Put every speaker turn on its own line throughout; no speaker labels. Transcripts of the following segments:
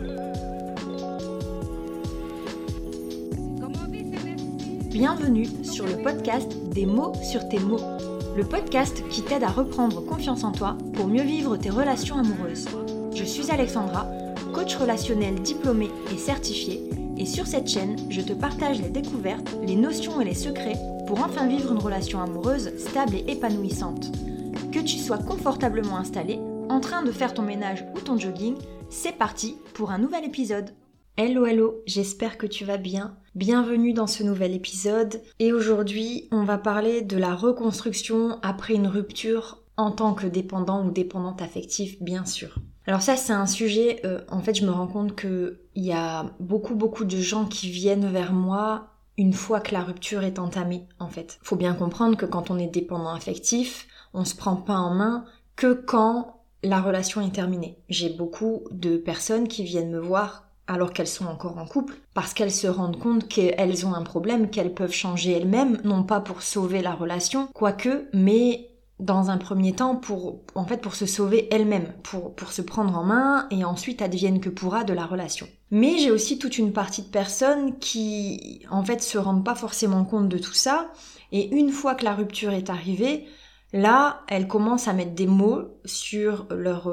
Bienvenue sur le podcast des mots sur tes mots, le podcast qui t'aide à reprendre confiance en toi pour mieux vivre tes relations amoureuses. Je suis Alexandra, coach relationnel diplômée et certifiée, et sur cette chaîne, je te partage les découvertes, les notions et les secrets pour enfin vivre une relation amoureuse stable et épanouissante. Que tu sois confortablement installé, en train de faire ton ménage ou ton jogging, c'est parti pour un nouvel épisode. Hello, j'espère que tu vas bien. Bienvenue dans ce nouvel épisode. Et aujourd'hui, on va parler de la reconstruction après une rupture en tant que dépendant ou dépendante affective, bien sûr. Alors ça, c'est un sujet, je me rends compte qu'il y a beaucoup de gens qui viennent vers moi une fois que la rupture est entamée, en fait. Faut bien comprendre que quand on est dépendant affectif, on se prend pas en main que quand la relation est terminée. J'ai beaucoup de personnes qui viennent me voir alors qu'elles sont encore en couple, parce qu'elles se rendent compte qu'elles ont un problème, qu'elles peuvent changer elles-mêmes, non pas pour sauver la relation, quoique, mais dans un premier temps pour se sauver elles-mêmes, pour se prendre en main, et ensuite advienne que pourra de la relation. Mais j'ai aussi toute une partie de personnes qui, se rendent pas forcément compte de tout ça, et une fois que la rupture est arrivée, là, elles commencent à mettre des mots sur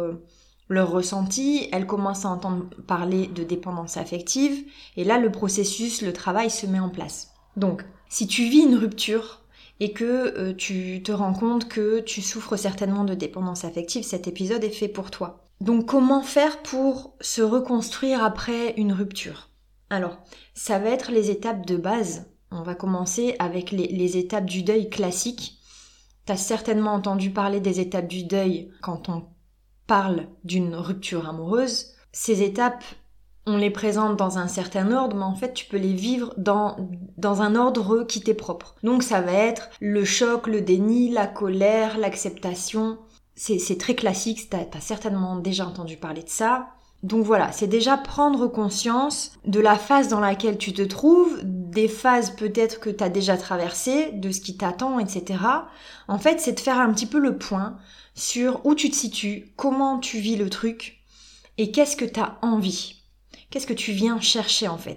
leur ressenti, elles commencent à entendre parler de dépendance affective, et là le processus, le travail se met en place. Donc, si tu vis une rupture et que tu te rends compte que tu souffres certainement de dépendance affective, cet épisode est fait pour toi. Donc comment faire pour se reconstruire après une rupture ? Alors, ça va être les étapes de base. On va commencer avec les étapes du deuil classiques. T'as certainement entendu parler des étapes du deuil quand on parle d'une rupture amoureuse. Ces étapes, on les présente dans un certain ordre, mais en fait, tu peux les vivre dans un ordre qui t'est propre. Donc ça va être le choc, le déni, la colère, l'acceptation. C'est très classique, t'as certainement déjà entendu parler de ça. Donc voilà, c'est déjà prendre conscience de la phase dans laquelle tu te trouves, des phases peut-être que t'as déjà traversées, de ce qui t'attend, etc. En fait, c'est de faire un petit peu le point sur où tu te situes, comment tu vis le truc, et qu'est-ce que t'as envie. Qu'est-ce que tu viens chercher en fait ?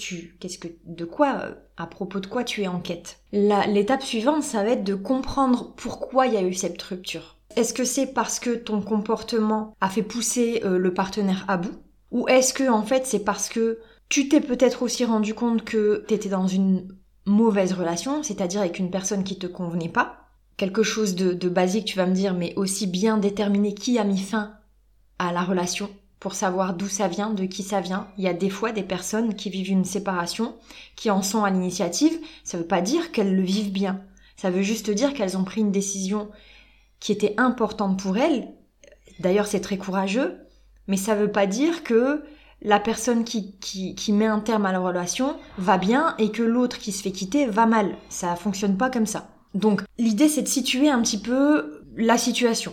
À propos de quoi tu es en quête ? L'étape suivante, ça va être de comprendre pourquoi il y a eu cette rupture. Est-ce que c'est parce que ton comportement a fait pousser le partenaire à bout ? Ou est-ce que en fait c'est parce que tu t'es peut-être aussi rendu compte que t'étais dans une mauvaise relation, c'est-à-dire avec une personne qui te convenait pas ? Quelque chose de basique, tu vas me dire, mais aussi bien déterminer qui a mis fin à la relation pour savoir d'où ça vient, de qui ça vient. Il y a des fois des personnes qui vivent une séparation, qui en sont à l'initiative. Ça veut pas dire qu'elles le vivent bien. Ça veut juste dire qu'elles ont pris une décision qui était importante pour elles. D'ailleurs, c'est très courageux, mais ça veut pas dire que la personne qui met un terme à la relation va bien et que l'autre qui se fait quitter va mal. Ça fonctionne pas comme ça. Donc, l'idée, c'est de situer un petit peu la situation.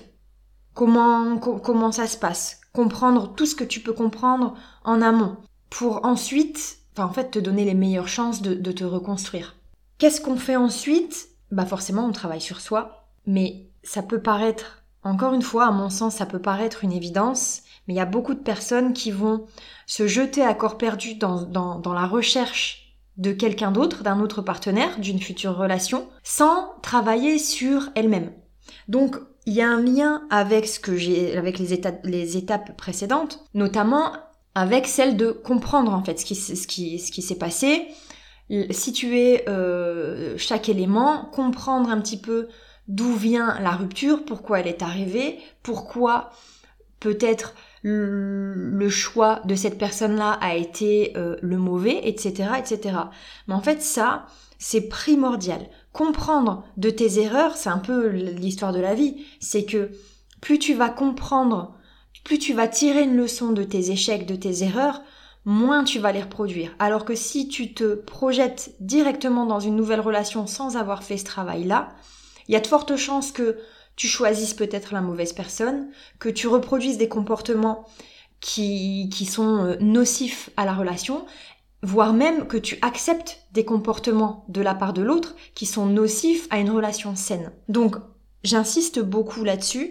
Comment ça se passe ? Comprendre tout ce que tu peux comprendre en amont pour ensuite, te donner les meilleures chances de te reconstruire. Qu'est-ce qu'on fait ensuite ? Forcément, on travaille sur soi, mais ça peut paraître, encore une fois, à mon sens, ça peut paraître une évidence, mais il y a beaucoup de personnes qui vont se jeter à corps perdu dans la recherche de quelqu'un d'autre, d'un autre partenaire, d'une future relation, sans travailler sur elle-même. Donc, il y a un lien avec avec les étapes précédentes, notamment avec celle de comprendre en fait ce qui s'est passé, situer chaque élément, comprendre un petit peu d'où vient la rupture, pourquoi elle est arrivée, pourquoi peut-être le choix de cette personne-là a été le mauvais, etc., etc. Mais en fait, ça, c'est primordial. Comprendre de tes erreurs, c'est un peu l'histoire de la vie. C'est que plus tu vas comprendre, plus tu vas tirer une leçon de tes échecs, de tes erreurs, moins tu vas les reproduire. Alors que si tu te projettes directement dans une nouvelle relation sans avoir fait ce travail-là, il y a de fortes chances que tu choisisses peut-être la mauvaise personne, que tu reproduises des comportements qui sont nocifs à la relation, voire même que tu acceptes des comportements de la part de l'autre qui sont nocifs à une relation saine. Donc, j'insiste beaucoup là-dessus,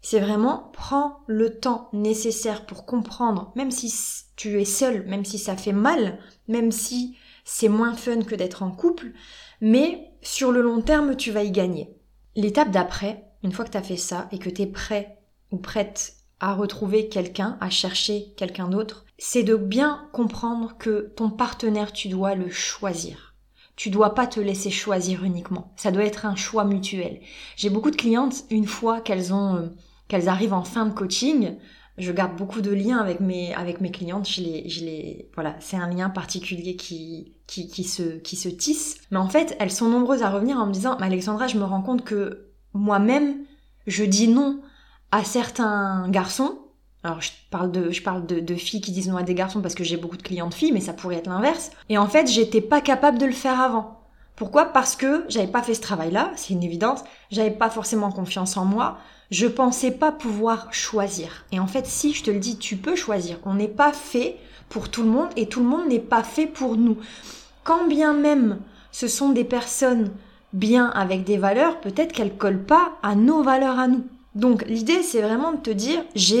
C'est vraiment prends le temps nécessaire pour comprendre, même si tu es seul, même si ça fait mal, même si c'est moins fun que d'être en couple, mais sur le long terme, tu vas y gagner. L'étape d'après, une fois que tu as fait ça et que tu es prêt ou prête à retrouver quelqu'un, à chercher quelqu'un d'autre, c'est de bien comprendre que ton partenaire, tu dois le choisir. Tu dois pas te laisser choisir uniquement. Ça doit être un choix mutuel. J'ai beaucoup de clientes, une fois qu'elles arrivent en fin de coaching, je garde beaucoup de liens avec mes clientes, voilà, c'est un lien particulier qui se tisse. Mais en fait, elles sont nombreuses à revenir en me disant, Alexandra, je me rends compte que moi-même, je dis non à certains garçons. Alors, je parle de filles qui disent non à des garçons parce que j'ai beaucoup de clientes filles, mais ça pourrait être l'inverse. Et en fait, j'étais pas capable de le faire avant. Pourquoi ? Parce que j'avais pas fait ce travail-là, c'est une évidence. J'avais pas forcément confiance en moi. Je pensais pas pouvoir choisir. Et en fait, si, je te le dis, tu peux choisir. On n'est pas fait pour tout le monde et tout le monde n'est pas fait pour nous. Quand bien même ce sont des personnes bien avec des valeurs, peut-être qu'elles collent pas à nos valeurs à nous. Donc, l'idée, c'est vraiment de te dire,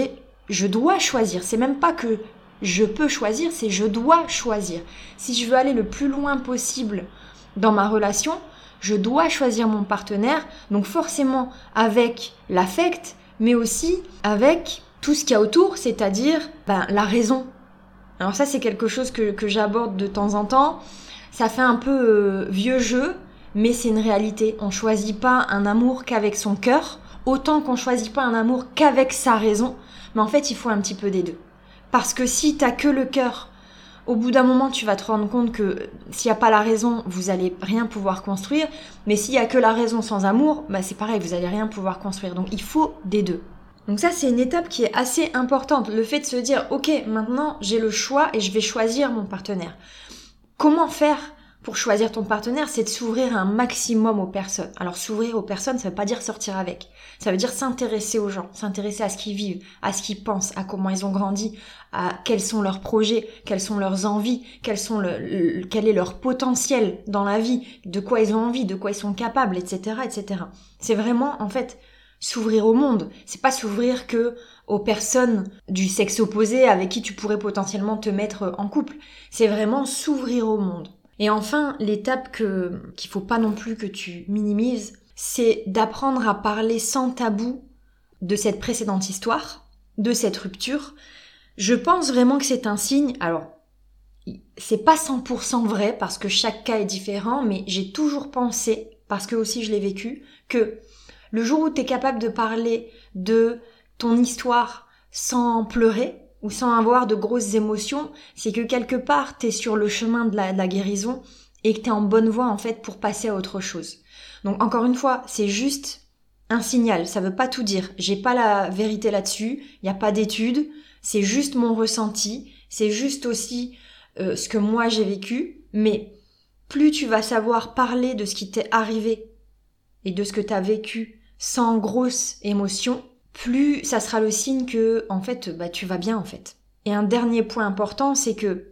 je dois choisir. C'est même pas que je peux choisir, c'est je dois choisir. Si je veux aller le plus loin possible dans ma relation, je dois choisir mon partenaire, donc forcément avec l'affect, mais aussi avec tout ce qu'il y a autour, c'est-à-dire la raison. Alors ça, c'est quelque chose que j'aborde de temps en temps. Ça fait un peu vieux jeu, mais c'est une réalité. On choisit pas un amour qu'avec son cœur, autant qu'on choisit pas un amour qu'avec sa raison. Mais en fait, il faut un petit peu des deux. Parce que si t'as que le cœur, au bout d'un moment, tu vas te rendre compte que s'il n'y a pas la raison, vous allez rien pouvoir construire. Mais s'il y a que la raison sans amour, c'est pareil, vous allez rien pouvoir construire. Donc, il faut des deux. Donc ça, c'est une étape qui est assez importante. Le fait de se dire, ok, maintenant, j'ai le choix et je vais choisir mon partenaire. Comment faire pour choisir ton partenaire? C'est de s'ouvrir un maximum aux personnes. Alors, s'ouvrir aux personnes, ça veut pas dire sortir avec. Ça veut dire s'intéresser aux gens, s'intéresser à ce qu'ils vivent, à ce qu'ils pensent, à comment ils ont grandi, à quels sont leurs projets, quelles sont leurs envies, quel est leur potentiel dans la vie, de quoi ils ont envie, de quoi ils sont capables, etc., etc. C'est vraiment, en fait, s'ouvrir au monde. C'est pas s'ouvrir que aux personnes du sexe opposé avec qui tu pourrais potentiellement te mettre en couple. C'est vraiment s'ouvrir au monde. Et enfin, l'étape qu'il faut pas non plus que tu minimises, c'est d'apprendre à parler sans tabou de cette précédente histoire, de cette rupture. Je pense vraiment que c'est un signe. Alors, c'est pas 100% vrai parce que chaque cas est différent, mais j'ai toujours pensé, parce que aussi je l'ai vécu, que le jour où tu es capable de parler de ton histoire sans pleurer ou sans avoir de grosses émotions, c'est que quelque part tu es sur le chemin de la guérison et que tu es en bonne voie en fait pour passer à autre chose. Donc encore une fois, c'est juste un signal, ça veut pas tout dire. J'ai pas la vérité là-dessus, il y a pas d'études, c'est juste mon ressenti, c'est juste aussi ce que moi j'ai vécu, mais plus tu vas savoir parler de ce qui t'est arrivé et de ce que tu as vécu sans grosse émotion, plus ça sera le signe que en fait tu vas bien en fait. Et un dernier point important, c'est que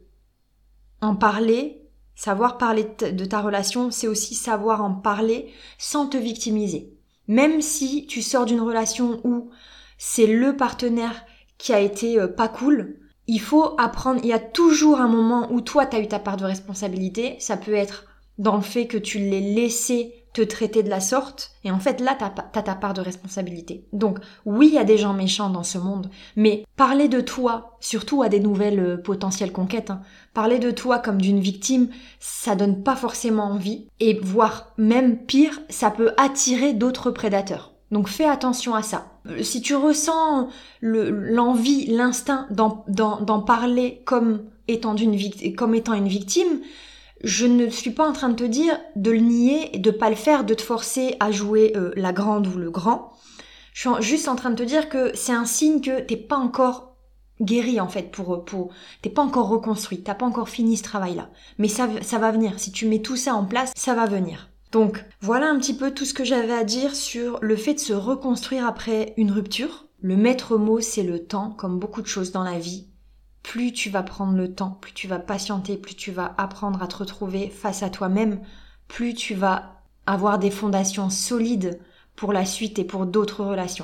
en parler, savoir parler de ta relation, c'est aussi savoir en parler sans te victimiser. Même si tu sors d'une relation où c'est le partenaire qui a été pas cool, il faut apprendre, il y a toujours un moment où toi t'as eu ta part de responsabilité, ça peut être dans le fait que tu l'aies laissé te traiter de la sorte, et en fait là t'as ta part de responsabilité. Donc oui, il y a des gens méchants dans ce monde, mais parler de toi, surtout à des nouvelles potentielles conquêtes, parler de toi comme d'une victime, ça donne pas forcément envie, et voire même pire, ça peut attirer d'autres prédateurs. Donc fais attention à ça. Si tu ressens l'envie, l'instinct d'en parler comme étant une victime, je ne suis pas en train de te dire de le nier, de pas le faire, de te forcer à jouer la grande ou le grand. Je suis juste en train de te dire que c'est un signe que t'es pas encore guéri en fait, t'es pas encore reconstruit, t'as pas encore fini ce travail-là. Mais ça va venir. Si tu mets tout ça en place, ça va venir. Donc voilà un petit peu tout ce que j'avais à dire sur le fait de se reconstruire après une rupture. Le maître mot, c'est le temps, comme beaucoup de choses dans la vie. Plus tu vas prendre le temps, plus tu vas patienter, plus tu vas apprendre à te retrouver face à toi-même, plus tu vas avoir des fondations solides pour la suite et pour d'autres relations.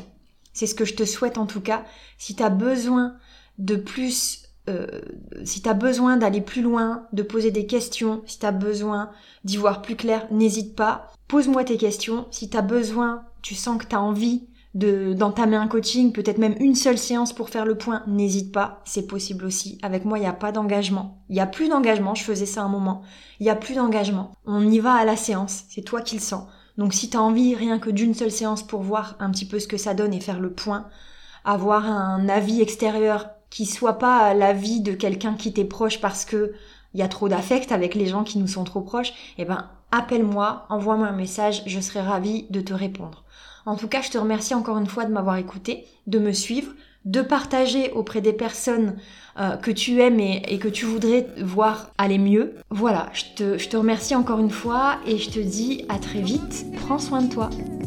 C'est ce que je te souhaite en tout cas. Si tu as besoin de plus, si tu as besoin d'aller plus loin, de poser des questions, si tu as besoin d'y voir plus clair, n'hésite pas. Pose-moi tes questions. Si tu as besoin, tu sens que tu as envie d'entamer un coaching, peut-être même une seule séance pour faire le point, n'hésite pas, c'est possible aussi. Avec moi, il n'y a pas d'engagement. Il n'y a plus d'engagement, je faisais ça un moment. Il n'y a plus d'engagement. On y va à la séance, c'est toi qui le sens. Donc si tu as envie rien que d'une seule séance pour voir un petit peu ce que ça donne et faire le point, avoir un avis extérieur qui soit pas l'avis de quelqu'un qui t'est proche parce que il y a trop d'affect avec les gens qui nous sont trop proches, appelle-moi, envoie-moi un message, je serai ravie de te répondre. En tout cas, je te remercie encore une fois de m'avoir écouté, de me suivre, de partager auprès des personnes que tu aimes et que tu voudrais voir aller mieux. Voilà, je te remercie encore une fois et je te dis à très vite. Prends soin de toi.